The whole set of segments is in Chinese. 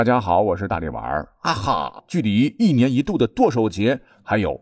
大家好，我是大力丸儿。啊哈，距离1年1度的剁手节还有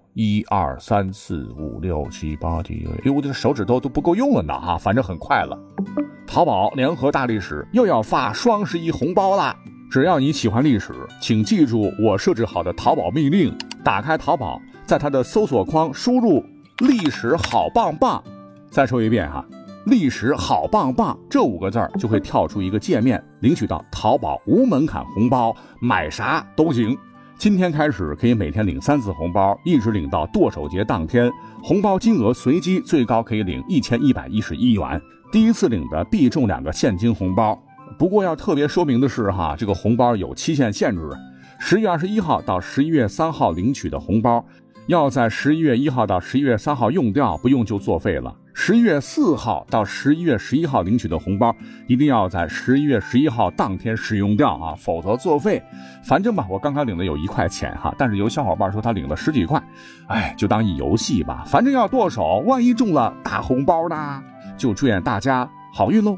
1、2、3、4、5、6、7、8、9，我的手指头都不够用了呢哈，反正很快了。淘宝联合大历史又要发双11红包啦！只要你喜欢历史，请记住我设置好的淘宝密令，打开淘宝，在它的搜索框输入“历史好棒棒”。再说一遍哈。历史好棒棒这5个字就会跳出一个界面，领取到淘宝无门槛红包，买啥都行。今天开始可以每天领3次红包，一直领到剁手节当天，红包金额随机，最高可以领1111元。第一次领的必中2个现金红包。不过要特别说明的是哈，这个红包有期限限制，10月21号到11月3号领取的红包要在11月1号到11月3号用掉，不用就作废了。11月4号到11月11号领取的红包一定要在11月11号当天使用掉啊，否则作废。反正吧，我刚刚领的有1块钱哈，但是有小伙伴说他领了10几块，就当一游戏吧，反正要剁手，万一中了大红包呢，就祝愿大家好运喽。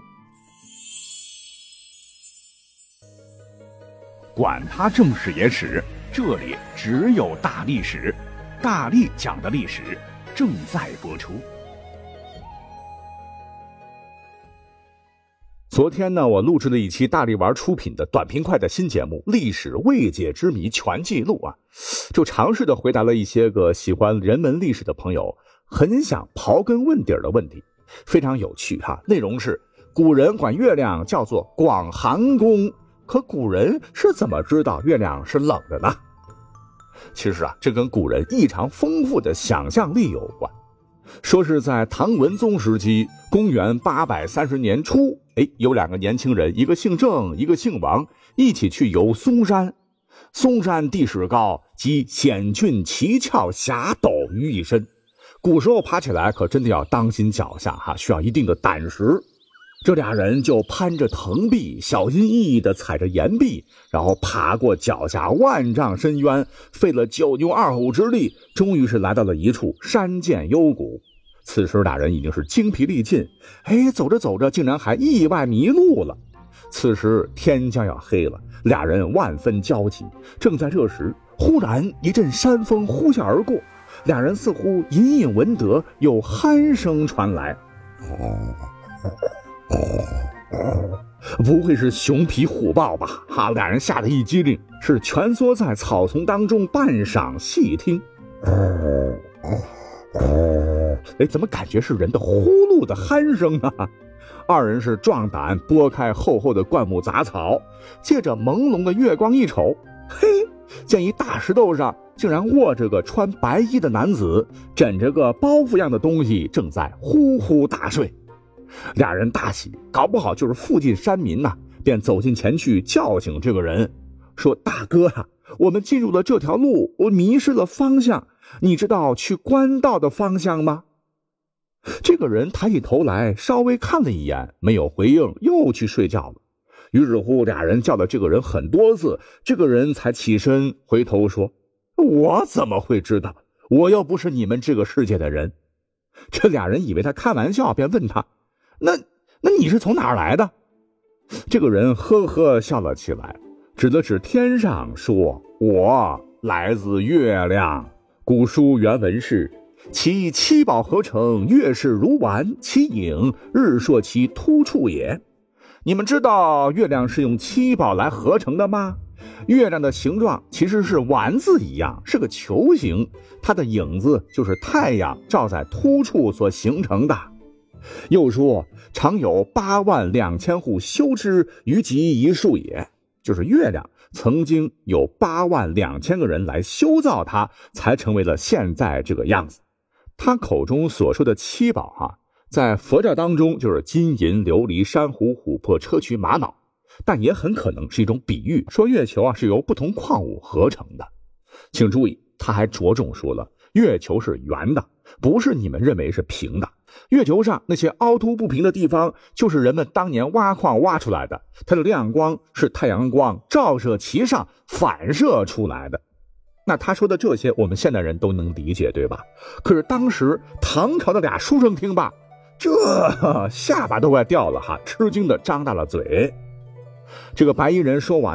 管他正史野史，这里只有大历史，大力讲的历史正在播出。 昨天呢，我录制了一期大力丸出品的短平快的新节目《历史未解之谜全记录》啊，就尝试的回答了一些个喜欢人文历史的朋友很想刨根问底的问题，非常有趣哈。内容是古人管月亮叫做广寒宫，可古人是怎么知道月亮是冷的呢？其实啊，这跟古人异常丰富的想象力有关。说是在唐文宗时期，公元830年初，有2个年轻人，一个姓郑，一个姓王，一起去游嵩山。嵩山地势高，集险峻奇峭峡陡于一身，古时候爬起来可真的要当心脚下哈，需要一定的胆识。这俩人就攀着藤壁，小心翼翼地踩着岩壁，然后爬过脚下万丈深渊，费了9牛2虎之力，终于是来到了一处山涧幽谷。此时俩人已经是精疲力尽，走着走着竟然还意外迷路了。此时天将要黑了，俩人万分焦急。正在这时，忽然一阵山风呼啸而过，俩人似乎隐隐闻得有鼾声传来。不会是熊皮虎豹吧？俩人吓得一激灵，是蜷缩在草丛当中半晌细听。怎么感觉是人的呼噜的鼾声呢？二人是壮胆拨开厚厚的灌木杂草，借着朦胧的月光一瞅，见一大石头上竟然卧着个穿白衣的男子，枕着个包袱样的东西，正在呼呼大睡。俩人大喜，搞不好就是附近山民呐，便走近前去叫醒这个人，说：“大哥啊，我们进入了这条路，我迷失了方向，你知道去官道的方向吗？”这个人抬起头来，稍微看了一眼，没有回应，又去睡觉了。于是乎，俩人叫了这个人很多次，这个人才起身回头说：“我怎么会知道？我又不是你们这个世界的人。”这俩人以为他开玩笑，便问他：“那你是从哪儿来的？”这个人呵呵笑了起来，指了指天上说：“我来自月亮。古书原文是：其七宝合成，月是如丸，其影日烁其突处也。”你们知道月亮是用七宝来合成的吗？月亮的形状其实是丸子一样，是个球形，它的影子就是太阳照在突处所形成的。又说常有82000户修之，于其一数也，就是月亮曾经有82000个人来修造它，才成为了现在这个样子。他口中所说的七宝在佛教当中就是金银琉璃珊瑚琥珀砗磲玛瑙，但也很可能是一种比喻，说月球是由不同矿物合成的。请注意，他还着重说了月球是圆的，不是你们认为是平的。月球上那些凹凸不平的地方，就是人们当年挖矿挖出来的，它的亮光是太阳光照射其上反射出来的。那他说的这些我们现代人都能理解，对吧？可是当时唐朝的俩书生听罢，这下巴都快掉了吃惊的张大了嘴。这个白衣人说完呢，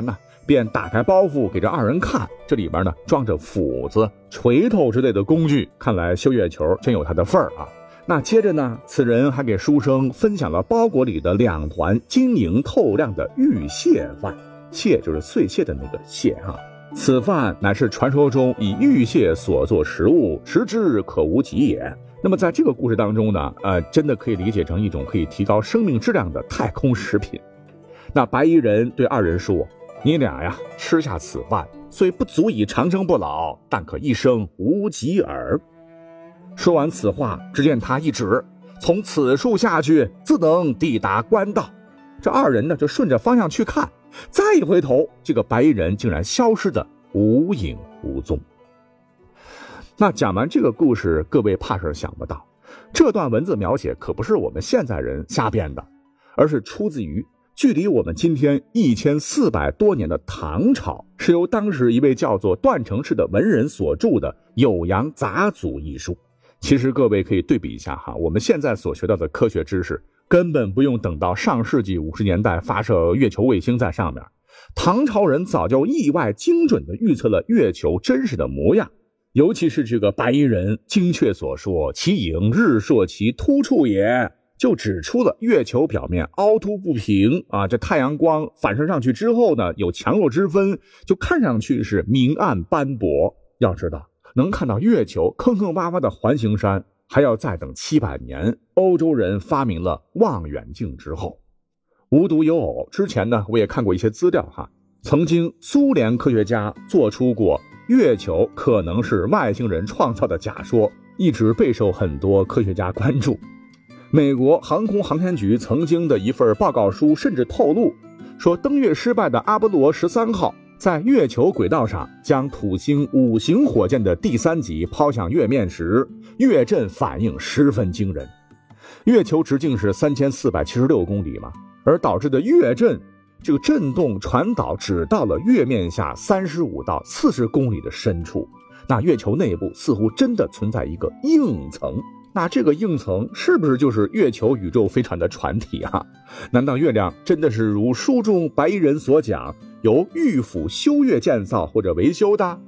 便打开包袱给这二人看，这里边呢装着斧子、锤头之类的工具，看来修月球真有他的份儿啊。那接着呢，此人还给书生分享了包裹里的2团晶莹透亮的玉蟹饭，蟹就是碎蟹的那个蟹啊。此饭乃是传说中以玉蟹所作食物，食之可无几也。那么在这个故事当中呢，真的可以理解成一种可以提高生命质量的太空食品。那白衣人对二人说：“你俩呀，吃下此饭，虽不足以长生不老，但可一生无疾耳。”说完此话，只见他一指，从此处下去，自能抵达官道。这二人呢，就顺着方向去看，再一回头，这个白衣人竟然消失得无影无踪。那讲完这个故事，各位怕是想不到，这段文字描写可不是我们现在人瞎编的，而是出自于距离我们今天1400多年的唐朝，是由当时一位叫做段成式的文人所著的《酉阳杂俎》一书。其实各位可以对比一下哈，我们现在所学到的科学知识根本不用等到上世纪50年代发射月球卫星在上面，唐朝人早就意外精准地预测了月球真实的模样。尤其是这个白衣人精确所说其影日朔其突处也，就指出了月球表面凹凸不平啊，这太阳光反射上去之后呢，有强弱之分，就看上去是明暗斑驳。要知道能看到月球坑坑洼洼的环形山，还要再等700年，欧洲人发明了望远镜之后。无独有偶，之前呢我也看过一些资料哈，曾经苏联科学家做出过月球可能是外星人创造的假说，一直备受很多科学家关注。美国航空航天局曾经的一份报告书甚至透露说，登月失败的阿波罗13号在月球轨道上将土星5型火箭的第3级抛向月面时，月震反应十分惊人。月球直径是3476公里嘛，而导致的月震，这个震动传导只到了月面下35到40公里的深处。那月球内部似乎真的存在一个硬层，那这个硬层是不是就是月球宇宙飞船的船体啊？难道月亮真的是如书中白衣人所讲，由玉府修月建造或者维修的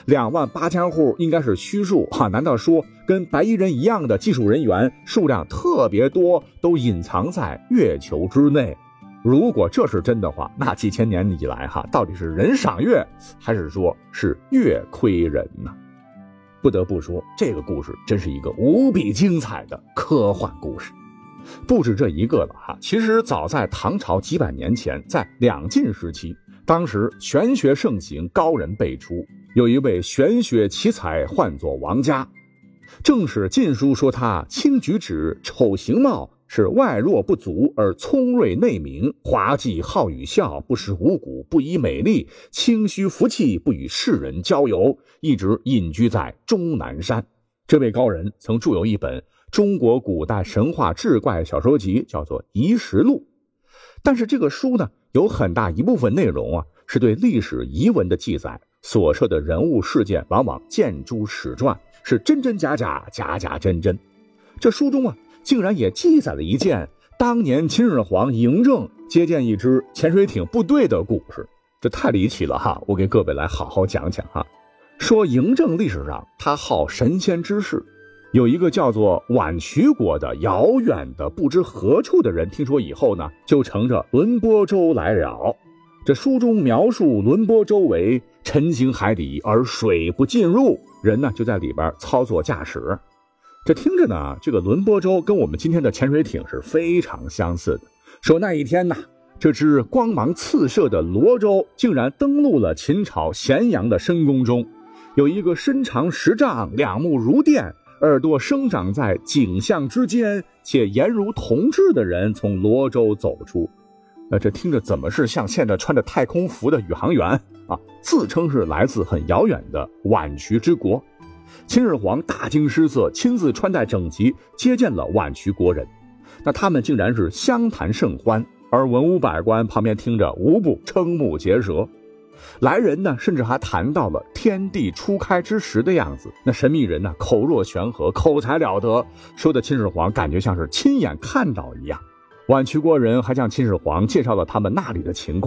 ？28000户应该是虚数啊？难道说跟白衣人一样的技术人员数量特别多，都隐藏在月球之内？如果这是真的话，那几千年以来到底是人赏月，还是说是月亏人呢？不得不说，这个故事真是一个无比精彩的科幻故事。不止这一个了其实早在唐朝几百年前，在两晋时期，当时玄学盛行，高人辈出，有一位玄学奇才唤作王嘉。正史晋书说他轻举止，丑形貌，是外弱不足而聪锐内明，滑稽好语笑，不识五谷，不以美丽，清虚服气，不与世人交游，一直隐居在终南山。这位高人曾著有一本中国古代神话志怪小说集，叫做《遗实录》。但是这个书呢，有很大一部分内容是对历史遗文的记载，所涉的人物事件往往见诸史传，是真真假假，假假真真。这书中竟然也记载了一件当年秦始皇嬴政接见一支潜水艇部队的故事。这太离奇了我给各位来好好讲讲说嬴政历史上他好神仙之事，有一个叫做宛渠国的遥远的不知何处的人，听说以后呢，就乘着轮波舟来了。这书中描述轮波舟为沉行海底而水不进入，人呢就在里边操作驾驶。这听着呢，这个轮波舟跟我们今天的潜水艇是非常相似的。说那一天呢，这只光芒四射的罗舟竟然登陆了秦朝咸阳的深宫中。有一个身长10丈，两目如电，耳朵生长在颈项之间，且颜如铜制的人从罗舟走出。这听着怎么是像现在穿着太空服的宇航员自称是来自很遥远的宛渠之国。秦始皇大惊失色，亲自穿戴整齐接见了宛渠国人。那他们竟然是相谈甚欢，而文武百官旁边听着无不瞠目结舌。来人呢，甚至还谈到了天地初开之时的样子。那神秘人呢，口若悬河，口才了得，说的秦始皇感觉像是亲眼看到一样。宛渠国人还向秦始皇介绍了他们那里的情况，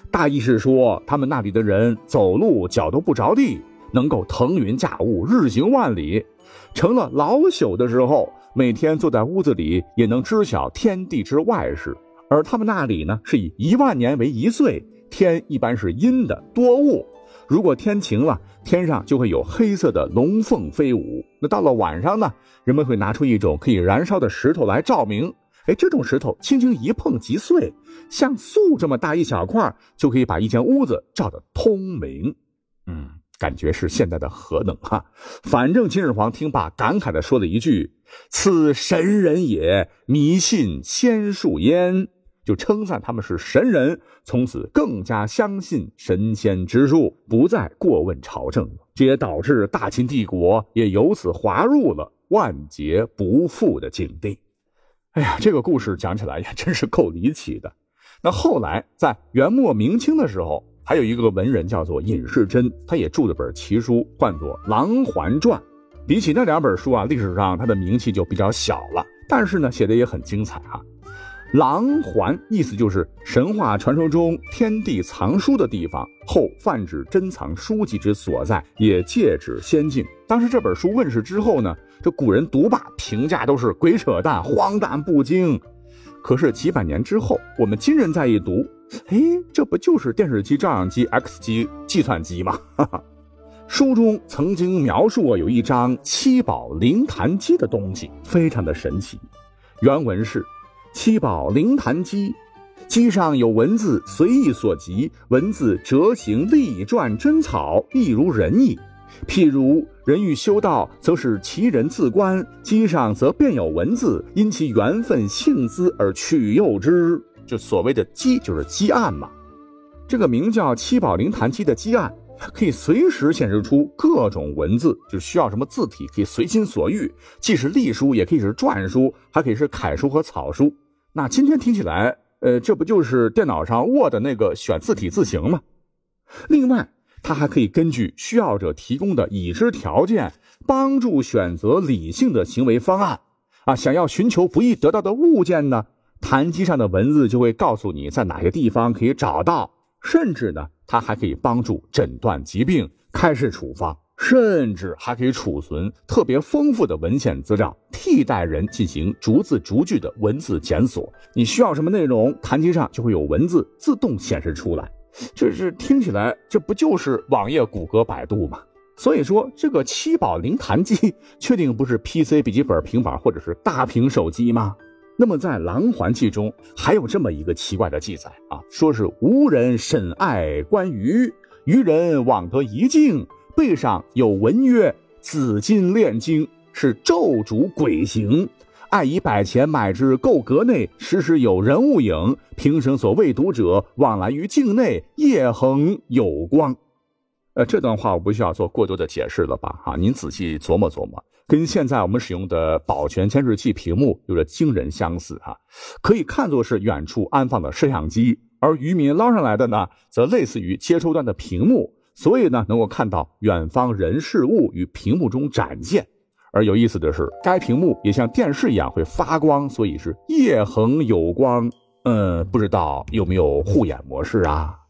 大意是说他们那里的人走路脚都不着地，能够腾云驾雾，日行万里，成了老朽的时候，每天坐在屋子里也能知晓天地之外事。而他们那里呢，是以10000年为1岁，天一般是阴的，多雾。如果天晴了，天上就会有黑色的龙凤飞舞。那到了晚上呢，人们会拿出一种可以燃烧的石头来照明。这种石头轻轻一碰即碎，像素这么大一小块，就可以把一间屋子照得通明。感觉是现代的核能哈。反正秦始皇听罢，感慨地说了一句：“此神人也，迷信仙术焉。”就称赞他们是神人，从此更加相信神仙之术，不再过问朝政了。这也导致大秦帝国也由此滑入了万劫不复的境地。这个故事讲起来也真是够离奇的。那后来在元末明清的时候，还有一个文人叫做尹世珍，他也著了本奇书，唤作《琅环传》。比起那2本书历史上他的名气就比较小了，但是呢，写的也很精彩啊。琅环意思就是神话传说中天地藏书的地方，后泛指珍藏书籍之所在，也借指仙境。当时这本书问世之后呢，这古人读罢评价都是鬼扯淡，荒诞不经。可是几百年之后，我们今人再一读，这不就是电视机、照相机、X 机、计算机吗？书中曾经描述有一张七宝灵坛机的东西，非常的神奇。原文是：七宝灵坛机，机上有文字，随意所及，文字折形立篆真草，亦如人意。譬如人欲修道，则使其人自观，机上则便有文字，因其缘分性资而取诱之。就所谓的机，就是机案嘛。这个名叫七宝灵坛机的机案，可以随时显示出各种文字，就需要什么字体可以随心所欲，既是隶书，也可以是篆书，还可以是楷书和草书。那今天听起来，这不就是电脑上 Word 那个选字体字形吗？另外，它还可以根据需要者提供的已知条件，帮助选择理性的行为方案。想要寻求不易得到的物件呢，坛机上的文字就会告诉你在哪个地方可以找到，甚至呢，它还可以帮助诊断疾病、开示处方，甚至还可以储存特别丰富的文献资料，替代人进行逐字逐句的文字检索。你需要什么内容，坛机上就会有文字自动显示出来。这是听起来，这不就是网页、谷歌、百度吗？所以说，这个七宝灵坛机确定不是 PC、笔记本、平板或者是大屏手机吗？那么在琅环记中还有这么一个奇怪的记载说是无人甚爱观鱼，渔人往得一镜，背上有文曰：紫金炼经，是咒诅鬼形，爱以100钱买之，购阁内，时时有人物影，平生所未读者，往来于境内，夜恒有光。这段话我不需要做过多的解释了吧？您仔细琢磨琢磨，跟现在我们使用的保全监视器屏幕有着惊人相似可以看作是远处安放的摄像机，而渔民捞上来的呢，则类似于接收端的屏幕，所以呢，能够看到远方人事物与屏幕中展现。而有意思的是，该屏幕也像电视一样会发光，所以是夜恒有光。不知道有没有护眼模式啊？